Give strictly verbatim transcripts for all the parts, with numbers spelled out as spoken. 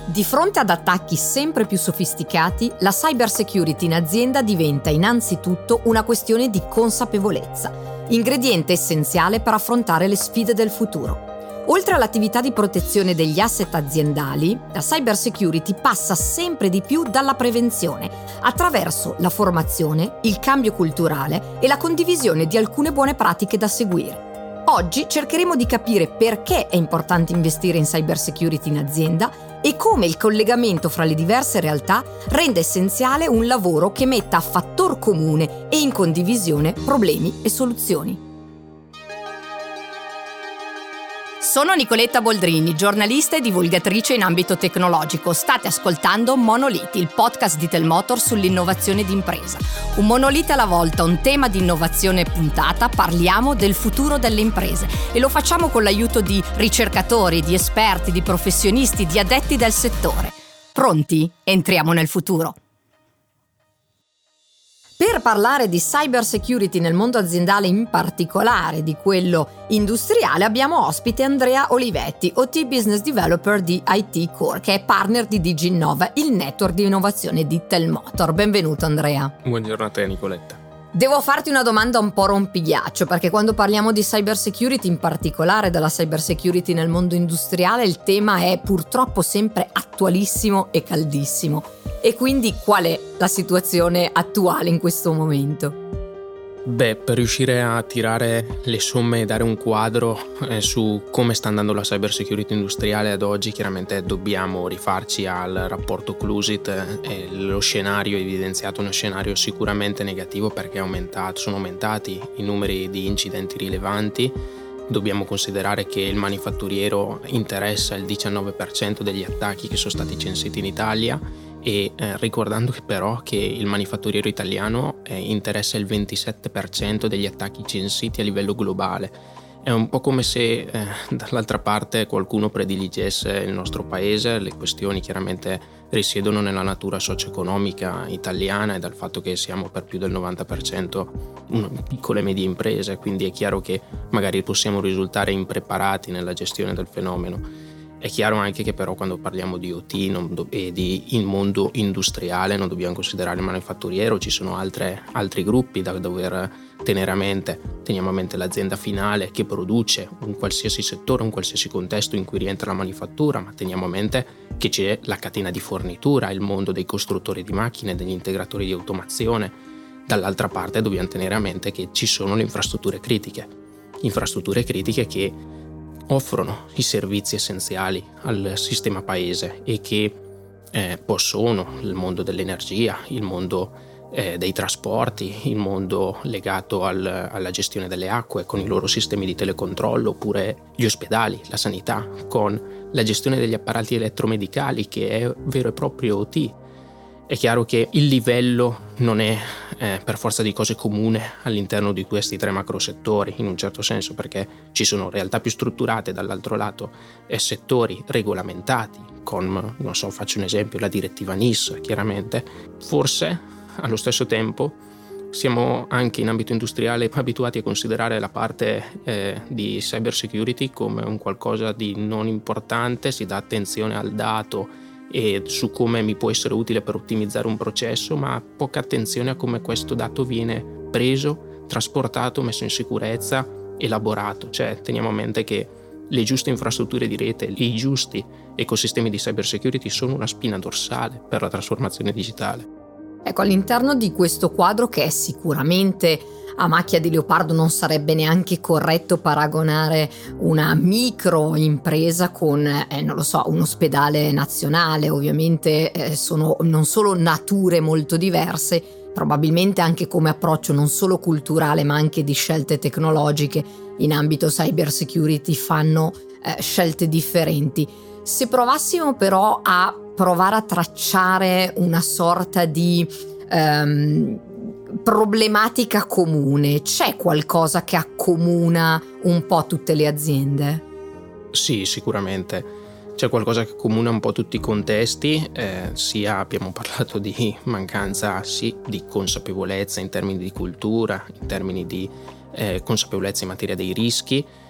Di fronte ad attacchi sempre più sofisticati, la cybersecurity in azienda diventa innanzitutto una questione di consapevolezza, ingrediente essenziale per affrontare le sfide del futuro. Oltre all'attività di protezione degli asset aziendali, la cybersecurity passa sempre di più dalla prevenzione, attraverso la formazione, il cambio culturale e la condivisione di alcune buone pratiche da seguire. Oggi cercheremo di capire perché è importante investire in cybersecurity in azienda e come il collegamento fra le diverse realtà rende essenziale un lavoro che metta a fattor comune e in condivisione problemi e soluzioni. Sono Nicoletta Boldrini, giornalista e divulgatrice in ambito tecnologico. State ascoltando Monoliti, il podcast di Telmotor sull'innovazione d'impresa. Un monolite alla volta, un tema di innovazione puntata, parliamo del futuro delle imprese e lo facciamo con l'aiuto di ricercatori, di esperti, di professionisti, di addetti del settore. Pronti? Entriamo nel futuro. Per parlare di cybersecurity nel mondo aziendale, in particolare di quello industriale, abbiamo ospite Andrea Olivetti, O T Business Developer di I T Core, che è partner di Diginnova, il network di innovazione di Telmotor. Benvenuto Andrea. Buongiorno a te Nicoletta. Devo farti una domanda un po' rompighiaccio, perché quando parliamo di cybersecurity, in particolare della cybersecurity nel mondo industriale, il tema è purtroppo sempre attualissimo e caldissimo. E quindi qual è la situazione attuale in questo momento? Beh, per riuscire a tirare le somme e dare un quadro eh, su come sta andando la cybersecurity industriale ad oggi, chiaramente dobbiamo rifarci al rapporto Clusit e lo scenario evidenziato, uno scenario sicuramente negativo perché è aumentato, sono aumentati i numeri di incidenti rilevanti. Dobbiamo considerare che il manifatturiero interessa il diciannove per cento degli attacchi che sono stati censiti in Italia e eh, ricordando che però che il manifatturiero italiano eh, interessa il ventisette per cento degli attacchi censiti a livello globale. È un po' come se eh, dall'altra parte qualcuno prediligesse il nostro paese. Le questioni chiaramente risiedono nella natura socio-economica italiana e dal fatto che siamo per più del novanta per cento piccole e medie imprese, quindi è chiaro che magari possiamo risultare impreparati nella gestione del fenomeno. È chiaro anche che però quando parliamo di O T non do- e di il mondo industriale non dobbiamo considerare il manifatturiero, ci sono altre, altri gruppi da dover tenere a mente. Teniamo a mente l'azienda finale che produce un qualsiasi settore, un qualsiasi contesto in cui rientra la manifattura, ma teniamo a mente che c'è la catena di fornitura, il mondo dei costruttori di macchine, degli integratori di automazione. Dall'altra parte dobbiamo tenere a mente che ci sono le infrastrutture critiche, infrastrutture critiche che offrono i servizi essenziali al sistema paese e che eh, possono il mondo dell'energia, il mondo eh, dei trasporti, il mondo legato al, alla gestione delle acque con i loro sistemi di telecontrollo, oppure gli ospedali, la sanità, con la gestione degli apparati elettromedicali che è vero e proprio O T. È chiaro che il livello non è eh, per forza di cose comune all'interno di questi tre macro settori, in un certo senso, perché ci sono realtà più strutturate, dall'altro lato e settori regolamentati, con, non so, faccio un esempio, la direttiva N I S, chiaramente. Forse, allo stesso tempo, siamo anche in ambito industriale abituati a considerare la parte eh, di cyber security come un qualcosa di non importante, si dà attenzione al dato e su come mi può essere utile per ottimizzare un processo, ma poca attenzione a come questo dato viene preso, trasportato, messo in sicurezza, elaborato. Cioè teniamo a mente che le giuste infrastrutture di rete, i giusti ecosistemi di cyber security sono una spina dorsale per la trasformazione digitale. Ecco, all'interno di questo quadro, che è sicuramente a macchia di leopardo, non sarebbe neanche corretto paragonare una micro impresa con, eh, non lo so, un ospedale nazionale. Ovviamente eh, sono non solo nature molto diverse, probabilmente anche come approccio non solo culturale ma anche di scelte tecnologiche in ambito cyber security fanno eh, scelte differenti. Se provassimo però a provare a tracciare una sorta di ehm, problematica comune, c'è qualcosa che accomuna un po' tutte le aziende? Sì, sicuramente. C'è qualcosa che accomuna un po' tutti i contesti, eh, sia abbiamo parlato di mancanza sì, di consapevolezza in termini di cultura, in termini di eh, consapevolezza in materia dei rischi,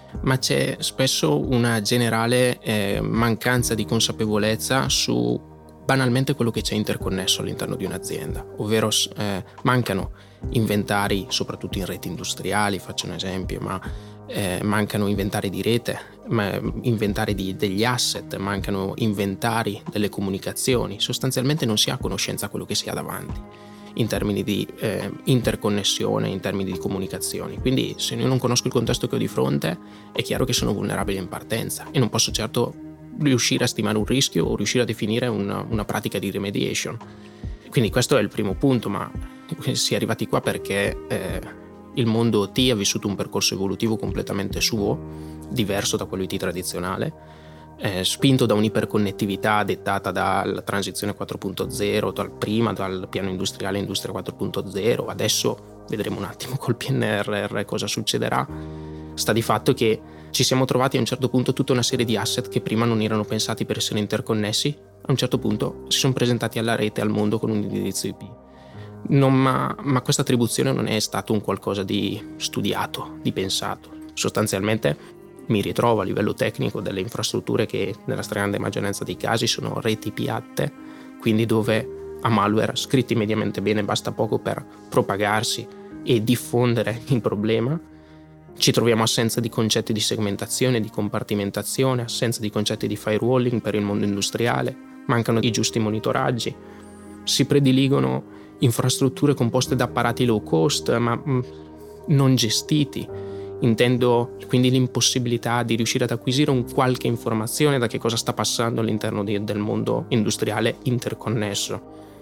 ma c'è spesso una generale eh, mancanza di consapevolezza su banalmente quello che c'è interconnesso all'interno di un'azienda, ovvero eh, mancano inventari, soprattutto in reti industriali, faccio un esempio, ma eh, mancano inventari di rete, ma inventari di, degli asset, mancano inventari delle comunicazioni, sostanzialmente non si ha conoscenza di quello che si ha davanti in termini di eh, interconnessione, in termini di comunicazioni. Quindi se io non conosco il contesto che ho di fronte, è chiaro che sono vulnerabile in partenza e non posso certo riuscire a stimare un rischio o riuscire a definire una, una pratica di remediation. Quindi questo è il primo punto, ma si è arrivati qua perché eh, il mondo O T ha vissuto un percorso evolutivo completamente suo, diverso da quello I T tradizionale, Eh, spinto da un'iperconnettività dettata dalla transizione quattro punto zero, dal prima dal piano industriale industria quattro punto zero, adesso vedremo un attimo col P N R R cosa succederà. Sta di fatto che ci siamo trovati a un certo punto tutta una serie di asset che prima non erano pensati per essere interconnessi, a un certo punto si sono presentati alla rete, al mondo con un indirizzo I P. Non, ma, ma questa attribuzione non è stato un qualcosa di studiato, di pensato. Sostanzialmente mi ritrovo a livello tecnico delle infrastrutture che nella stragrande maggioranza dei casi sono reti piatte, quindi dove a malware scritti mediamente bene basta poco per propagarsi e diffondere il problema. Ci troviamo assenza di concetti di segmentazione, di compartimentazione, assenza di concetti di firewalling per il mondo industriale, mancano i giusti monitoraggi, si prediligono infrastrutture composte da apparati low cost ma mh, non gestiti. Intendo quindi l'impossibilità di riuscire ad acquisire un qualche informazione da che cosa sta passando all'interno di, del mondo industriale interconnesso.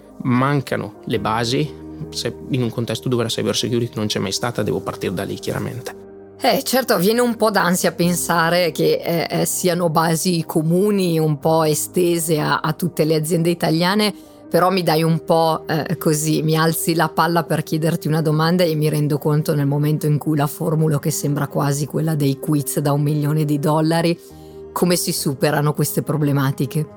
Mancano le basi, se in un contesto dove la cyber security non c'è mai stata, devo partire da lì chiaramente. Eh, certo, viene un po' d'ansia pensare che eh, eh, siano basi comuni, un po' estese a, a tutte le aziende italiane, però mi dai un po' eh, così, mi alzi la palla per chiederti una domanda e mi rendo conto nel momento in cui la formulo, che sembra quasi quella dei quiz da un milione di dollari, come si superano queste problematiche?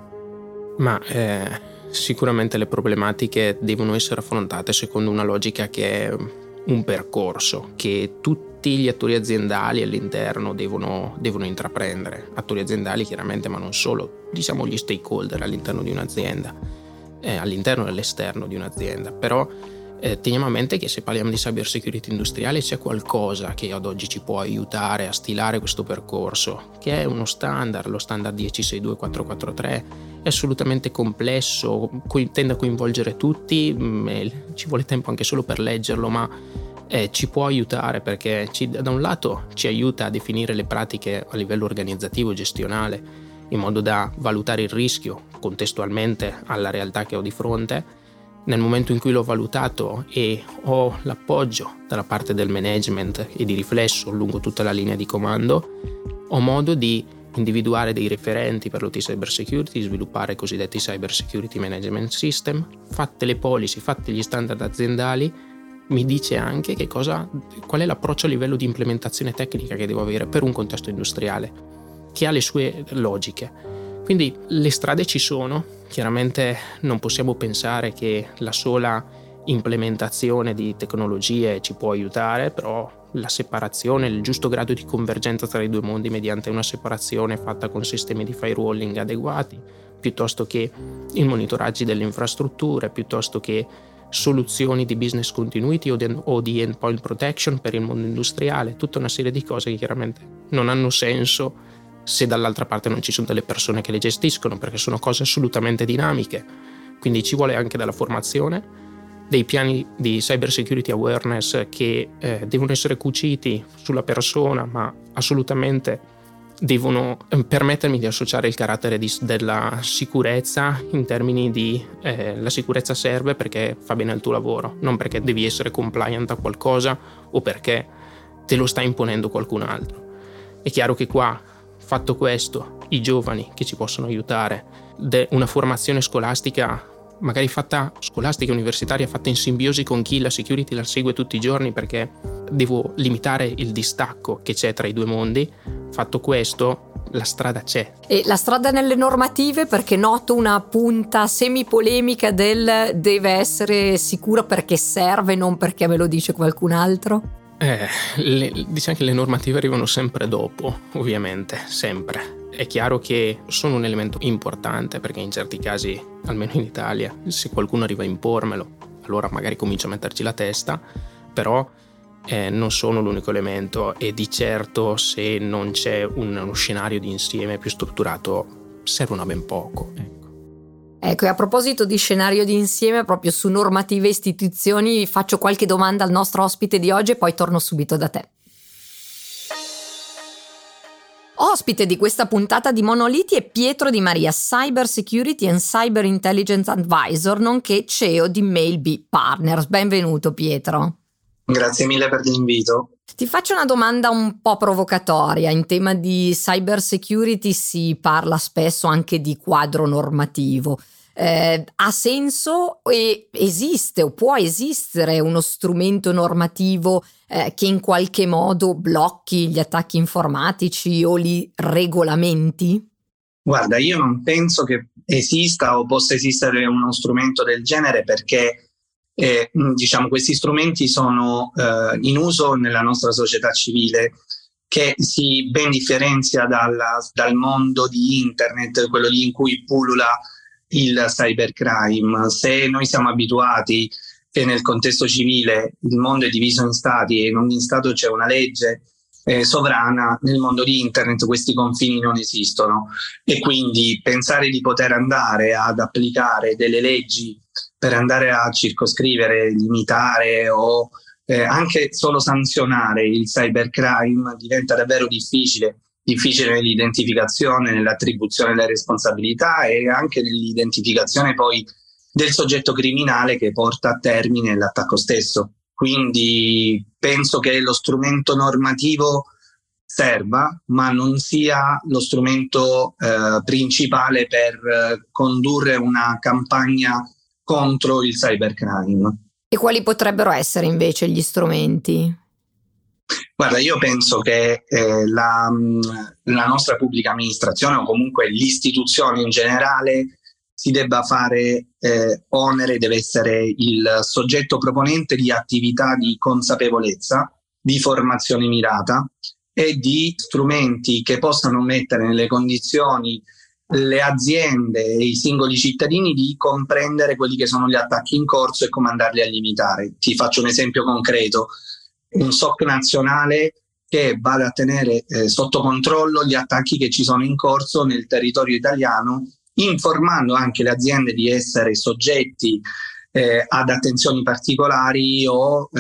Ma eh, sicuramente le problematiche devono essere affrontate secondo una logica che è un percorso che tutti gli attori aziendali all'interno devono, devono intraprendere, attori aziendali chiaramente, ma non solo, diciamo gli stakeholder all'interno di un'azienda. Eh, all'interno e all'esterno di un'azienda, però eh, teniamo a mente che se parliamo di cyber security industriale c'è qualcosa che ad oggi ci può aiutare a stilare questo percorso, che è uno standard, lo standard dieci sei due quattro quattro tre, è assolutamente complesso, co- tende a coinvolgere tutti, mh, ci vuole tempo anche solo per leggerlo, ma eh, ci può aiutare perché ci, da un lato ci aiuta a definire le pratiche a livello organizzativo e gestionale, in modo da valutare il rischio contestualmente alla realtà che ho di fronte. Nel momento in cui l'ho valutato e ho l'appoggio dalla parte del management e di riflesso lungo tutta la linea di comando, ho modo di individuare dei referenti per l'O T Cyber Security, sviluppare i cosiddetti Cyber Security Management System, fatte le policy, fatti gli standard aziendali, mi dice anche che cosa, qual è l'approccio a livello di implementazione tecnica che devo avere per un contesto industriale, che ha le sue logiche. Quindi le strade ci sono, chiaramente non possiamo pensare che la sola implementazione di tecnologie ci può aiutare, però la separazione, il giusto grado di convergenza tra i due mondi mediante una separazione fatta con sistemi di firewalling adeguati, piuttosto che i monitoraggi delle infrastrutture, piuttosto che soluzioni di business continuity o di endpoint protection per il mondo industriale, tutta una serie di cose che chiaramente non hanno senso se dall'altra parte non ci sono delle persone che le gestiscono, perché sono cose assolutamente dinamiche. Quindi ci vuole anche della formazione, dei piani di cyber security awareness che eh, devono essere cuciti sulla persona, ma assolutamente devono permettermi di associare il carattere di, della sicurezza in termini di eh, la sicurezza serve perché fa bene il tuo lavoro, non perché devi essere compliant a qualcosa o perché te lo sta imponendo qualcun altro. È chiaro che qua, fatto questo, i giovani che ci possono aiutare, de una formazione scolastica, magari fatta scolastica universitaria, fatta in simbiosi con chi la security la segue tutti i giorni, perché devo limitare il distacco che c'è tra i due mondi. Fatto questo, la strada c'è. E la strada nelle normative, perché noto una punta semipolemica del deve essere sicuro perché serve, non perché me lo dice qualcun altro. Eh, le, diciamo che le normative arrivano sempre dopo, ovviamente, sempre. È chiaro che sono un elemento importante perché in certi casi, almeno in Italia, se qualcuno arriva a impormelo, allora magari comincia a metterci la testa, però eh, non sono l'unico elemento e di certo se non c'è un, uno scenario di insieme più strutturato servono a ben poco. Ecco. Ecco, e a proposito di scenario di insieme, proprio su normative e istituzioni, faccio qualche domanda al nostro ospite di oggi e poi torno subito da te. Ospite di questa puntata di Monoliti è Pietro Di Maria, Cyber Security and Cyber Intelligence Advisor, nonché C E O di MailBee Partners. Benvenuto Pietro. Grazie mille per l'invito. Ti faccio una domanda un po' provocatoria. In tema di cyber security si parla spesso anche di quadro normativo. Eh, ha senso e esiste o può esistere uno strumento normativo eh, che in qualche modo blocchi gli attacchi informatici o li regolamenti? Guarda, io non penso che esista o possa esistere uno strumento del genere perché Eh, diciamo questi strumenti sono eh, in uso nella nostra società civile che si ben differenzia dalla, dal mondo di internet, quello lì in cui pullula il cybercrime. Se noi siamo abituati che nel contesto civile il mondo è diviso in stati e in ogni stato c'è una legge eh, sovrana, nel mondo di internet questi confini non esistono e quindi pensare di poter andare ad applicare delle leggi per andare a circoscrivere, limitare o eh, anche solo sanzionare il cybercrime diventa davvero difficile, difficile nell'identificazione, nell'attribuzione delle responsabilità e anche nell'identificazione poi del soggetto criminale che porta a termine l'attacco stesso. Quindi penso che lo strumento normativo serva, ma non sia lo strumento eh, principale per eh, condurre una campagna contro il cybercrime. E quali potrebbero essere invece gli strumenti? Guarda, io penso che eh, la, la nostra pubblica amministrazione o comunque l'istituzione in generale si debba fare eh, onere, deve essere il soggetto proponente di attività di consapevolezza, di formazione mirata e di strumenti che possano mettere nelle condizioni le aziende e i singoli cittadini di comprendere quelli che sono gli attacchi in corso e come andarli a limitare. Ti faccio un esempio concreto: un S O C nazionale che vada a tenere eh, sotto controllo gli attacchi che ci sono in corso nel territorio italiano, informando anche le aziende di essere soggetti eh, ad attenzioni particolari o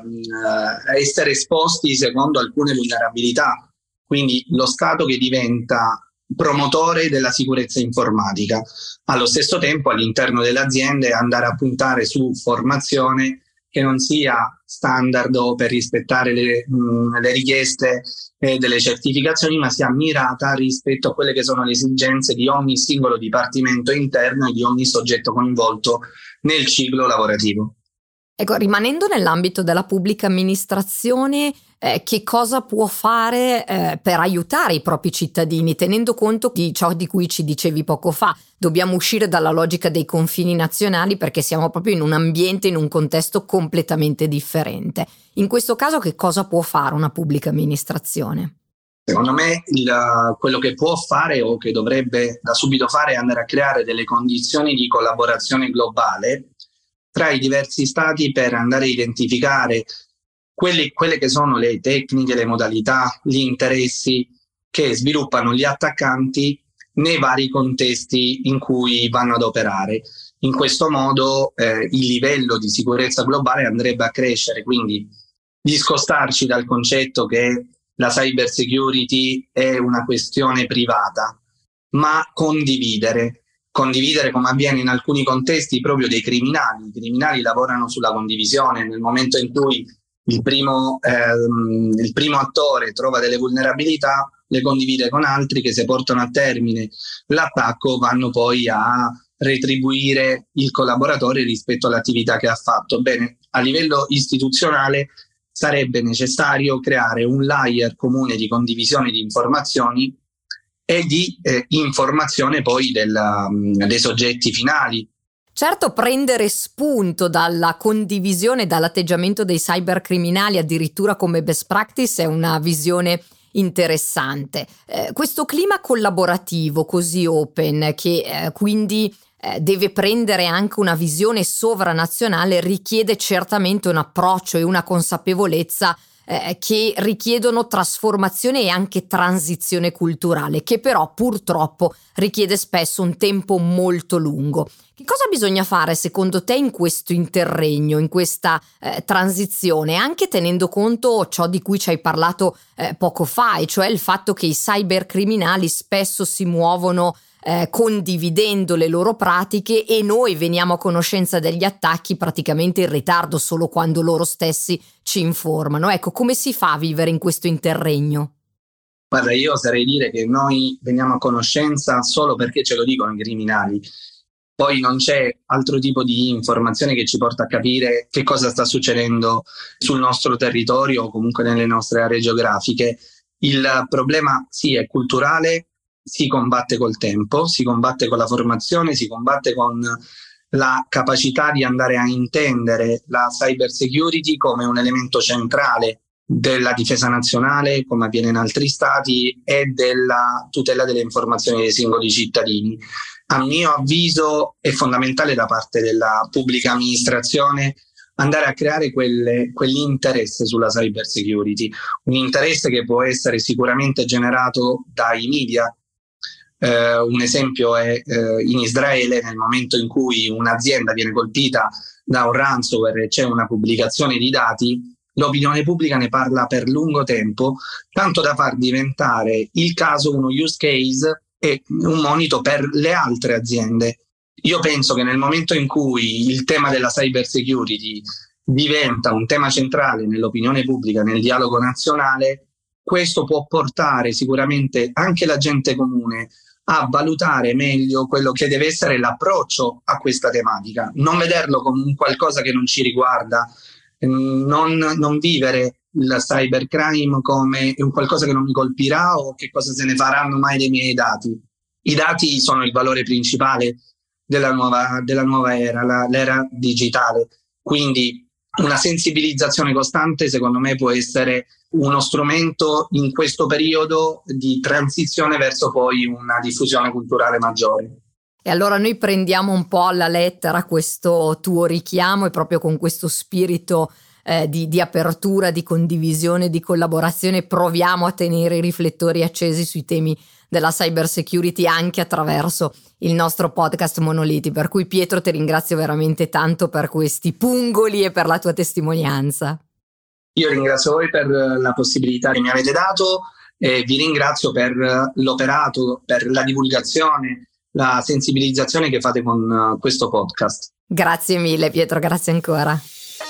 eh, essere esposti secondo alcune vulnerabilità. Quindi lo Stato che diventa promotore della sicurezza informatica, allo stesso tempo all'interno delle aziende andare a puntare su formazione che non sia standard o per rispettare le, mh, le richieste eh, delle certificazioni, ma sia mirata rispetto a quelle che sono le esigenze di ogni singolo dipartimento interno e di ogni soggetto coinvolto nel ciclo lavorativo. Ecco, rimanendo nell'ambito della pubblica amministrazione, eh, che cosa può fare eh, per aiutare i propri cittadini, tenendo conto di ciò di cui ci dicevi poco fa? Dobbiamo uscire dalla logica dei confini nazionali perché siamo proprio in un ambiente, in un contesto completamente differente. In questo caso che cosa può fare una pubblica amministrazione? Secondo me il, quello che può fare o che dovrebbe da subito fare è andare a creare delle condizioni di collaborazione globale tra i diversi stati per andare a identificare quelli, quelle che sono le tecniche, le modalità, gli interessi che sviluppano gli attaccanti nei vari contesti in cui vanno ad operare. In questo modo eh, il livello di sicurezza globale andrebbe a crescere, quindi discostarci dal concetto che la cyber security è una questione privata, ma condividere. Condividere come avviene in alcuni contesti proprio dei criminali. I criminali lavorano sulla condivisione. Nel momento in cui il primo, ehm, il primo attore trova delle vulnerabilità, le condivide con altri che se portano a termine l'attacco vanno poi a retribuire il collaboratore rispetto all'attività che ha fatto. Bene, a livello istituzionale sarebbe necessario creare un layer comune di condivisione di informazioni e di eh, informazione poi della, dei soggetti finali. Certo, prendere spunto dalla condivisione, dall'atteggiamento dei cybercriminali addirittura come best practice è una visione interessante. Eh, questo clima collaborativo così open che eh, quindi eh, deve prendere anche una visione sovranazionale richiede certamente un approccio e una consapevolezza eh, che richiedono trasformazione e anche transizione culturale, che però purtroppo richiede spesso un tempo molto lungo. Che cosa bisogna fare secondo te in questo interregno, in questa eh, transizione, anche tenendo conto ciò di cui ci hai parlato eh, poco fa, e cioè il fatto che i cybercriminali spesso si muovono eh, condividendo le loro pratiche e noi veniamo a conoscenza degli attacchi praticamente in ritardo, solo quando loro stessi ci informano. Ecco, come si fa a vivere in questo interregno? Guarda, io oserei dire che noi veniamo a conoscenza solo perché ce lo dicono i criminali. Poi non c'è altro tipo di informazione che ci porta a capire che cosa sta succedendo sul nostro territorio o comunque nelle nostre aree geografiche. Il problema sì è culturale, si combatte col tempo, si combatte con la formazione, si combatte con la capacità di andare a intendere la cyber security come un elemento centrale della difesa nazionale, come avviene in altri stati, e della tutela delle informazioni dei singoli cittadini. A mio avviso è fondamentale da parte della pubblica amministrazione andare a creare quelle, quell'interesse sulla cyber security, un interesse che può essere sicuramente generato dai media. Eh, un esempio è eh, in Israele, nel momento in cui un'azienda viene colpita da un ransomware e c'è una pubblicazione di dati, l'opinione pubblica ne parla per lungo tempo, tanto da far diventare il caso uno use case e un monito per le altre aziende. Io penso che nel momento in cui il tema della cyber security diventa un tema centrale nell'opinione pubblica, nel dialogo nazionale, questo può portare sicuramente anche la gente comune a valutare meglio quello che deve essere l'approccio a questa tematica, non vederlo come un qualcosa che non ci riguarda, non, non vivere il cybercrime come un qualcosa che non mi colpirà o che cosa se ne faranno mai dei miei dati. I dati sono il valore principale della nuova, della nuova era, la, l'era digitale, quindi una sensibilizzazione costante secondo me può essere uno strumento in questo periodo di transizione verso poi una diffusione culturale maggiore. E allora noi prendiamo un po' alla lettera questo tuo richiamo e proprio con questo spirito eh, di, di apertura, di condivisione, di collaborazione proviamo a tenere i riflettori accesi sui temi della cyber security anche attraverso il nostro podcast Monoliti. Per cui Pietro ti ringrazio veramente tanto per questi pungoli e per la tua testimonianza. Io ringrazio voi per la possibilità che mi avete dato e vi ringrazio per l'operato, per la divulgazione, la sensibilizzazione che fate con questo podcast. Grazie mille Pietro, grazie ancora.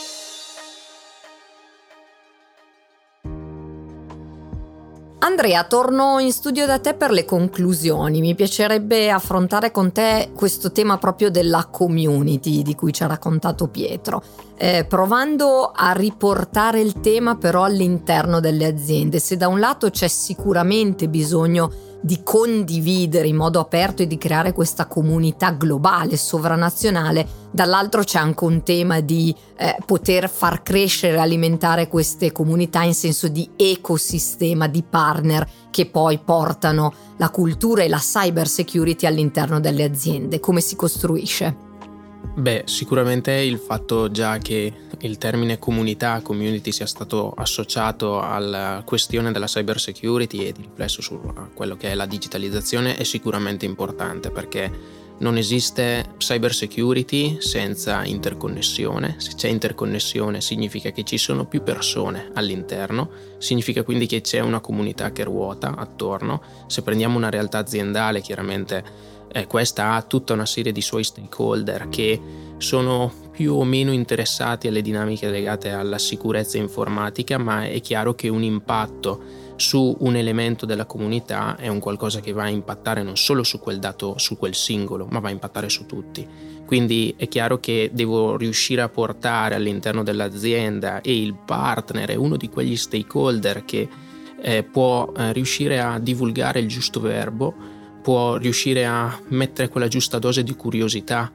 Andrea, torno in studio da te per le conclusioni. Mi piacerebbe affrontare con te questo tema proprio della community di cui ci ha raccontato Pietro, eh, provando a riportare il tema però all'interno delle aziende. Se da un lato c'è sicuramente bisogno di condividere in modo aperto e di creare questa comunità globale, sovranazionale, dall'altro c'è anche un tema di eh, poter far crescere e alimentare queste comunità in senso di ecosistema, di partner che poi portano la cultura e la cyber security all'interno delle aziende. Come si costruisce? Beh, sicuramente il fatto già che il termine comunità, community sia stato associato alla questione della cyber security e di riflesso su quello che è la digitalizzazione è sicuramente importante, perché non esiste cyber security senza interconnessione. Se c'è interconnessione significa che ci sono più persone all'interno, significa quindi che c'è una comunità che ruota attorno. Se prendiamo una realtà aziendale, chiaramente Eh, questa ha tutta una serie di suoi stakeholder che sono più o meno interessati alle dinamiche legate alla sicurezza informatica, ma è chiaro che un impatto su un elemento della comunità è un qualcosa che va a impattare non solo su quel dato, su quel singolo, ma va a impattare su tutti. Quindi è chiaro che devo riuscire a portare all'interno dell'azienda, e il partner è uno di quegli stakeholder che eh, può eh, riuscire a divulgare il giusto verbo, può riuscire a mettere quella giusta dose di curiosità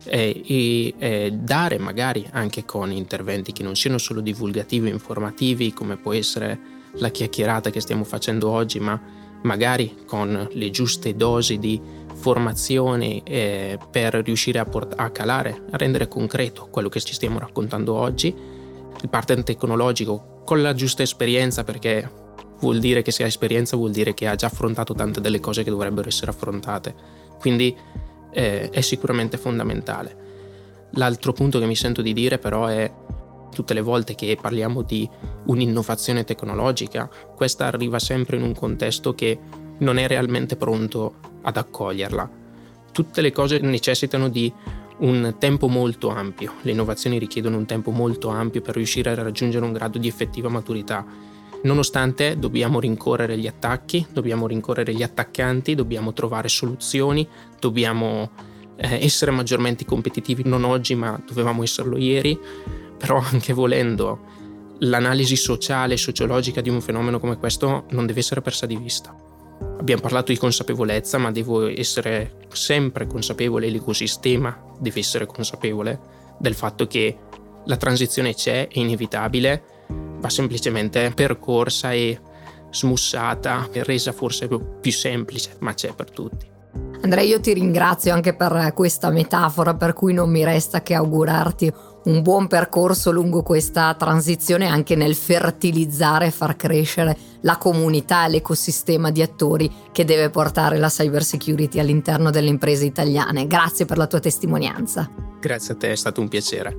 e, e, e dare magari anche con interventi che non siano solo divulgativi e informativi, come può essere la chiacchierata che stiamo facendo oggi, ma magari con le giuste dosi di formazione eh, per riuscire a, port- a calare, a rendere concreto quello che ci stiamo raccontando oggi. Il partner tecnologico con la giusta esperienza, perché vuol dire che se ha esperienza vuol dire che ha già affrontato tante delle cose che dovrebbero essere affrontate, quindi eh, è sicuramente fondamentale. L'altro punto che mi sento di dire però è: tutte le volte che parliamo di un'innovazione tecnologica, questa arriva sempre in un contesto che non è realmente pronto ad accoglierla. Tutte le cose necessitano di un tempo molto ampio, le innovazioni richiedono un tempo molto ampio per riuscire a raggiungere un grado di effettiva maturità. Nonostante dobbiamo rincorrere gli attacchi, dobbiamo rincorrere gli attaccanti, dobbiamo trovare soluzioni, dobbiamo eh, essere maggiormente competitivi, non oggi ma dovevamo esserlo ieri, però anche volendo l'analisi sociale e sociologica di un fenomeno come questo non deve essere persa di vista. Abbiamo parlato di consapevolezza, ma devo essere sempre consapevole, l'ecosistema deve essere consapevole del fatto che la transizione c'è, è inevitabile, va semplicemente percorsa e smussata, resa forse più semplice, ma c'è per tutti. Andrea, io ti ringrazio anche per questa metafora, per cui non mi resta che augurarti un buon percorso lungo questa transizione, anche nel fertilizzare e far crescere la comunità e l'ecosistema di attori che deve portare la cyber security all'interno delle imprese italiane. Grazie per la tua testimonianza. Grazie a te, è stato un piacere.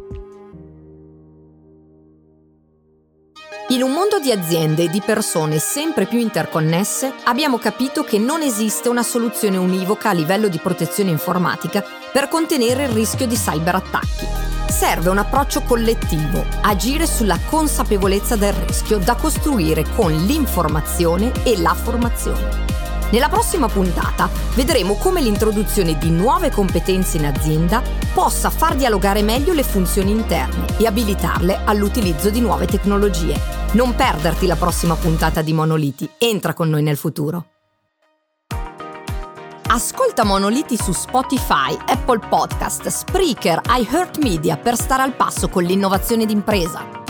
In un mondo di aziende e di persone sempre più interconnesse, abbiamo capito che non esiste una soluzione univoca a livello di protezione informatica per contenere il rischio di cyberattacchi. Serve un approccio collettivo, agire sulla consapevolezza del rischio da costruire con l'informazione e la formazione. Nella prossima puntata vedremo come l'introduzione di nuove competenze in azienda possa far dialogare meglio le funzioni interne e abilitarle all'utilizzo di nuove tecnologie. Non perderti la prossima puntata di Monoliti, entra con noi nel futuro. Ascolta Monoliti su Spotify, Apple Podcast, Spreaker, iHeartMedia per stare al passo con l'innovazione d'impresa.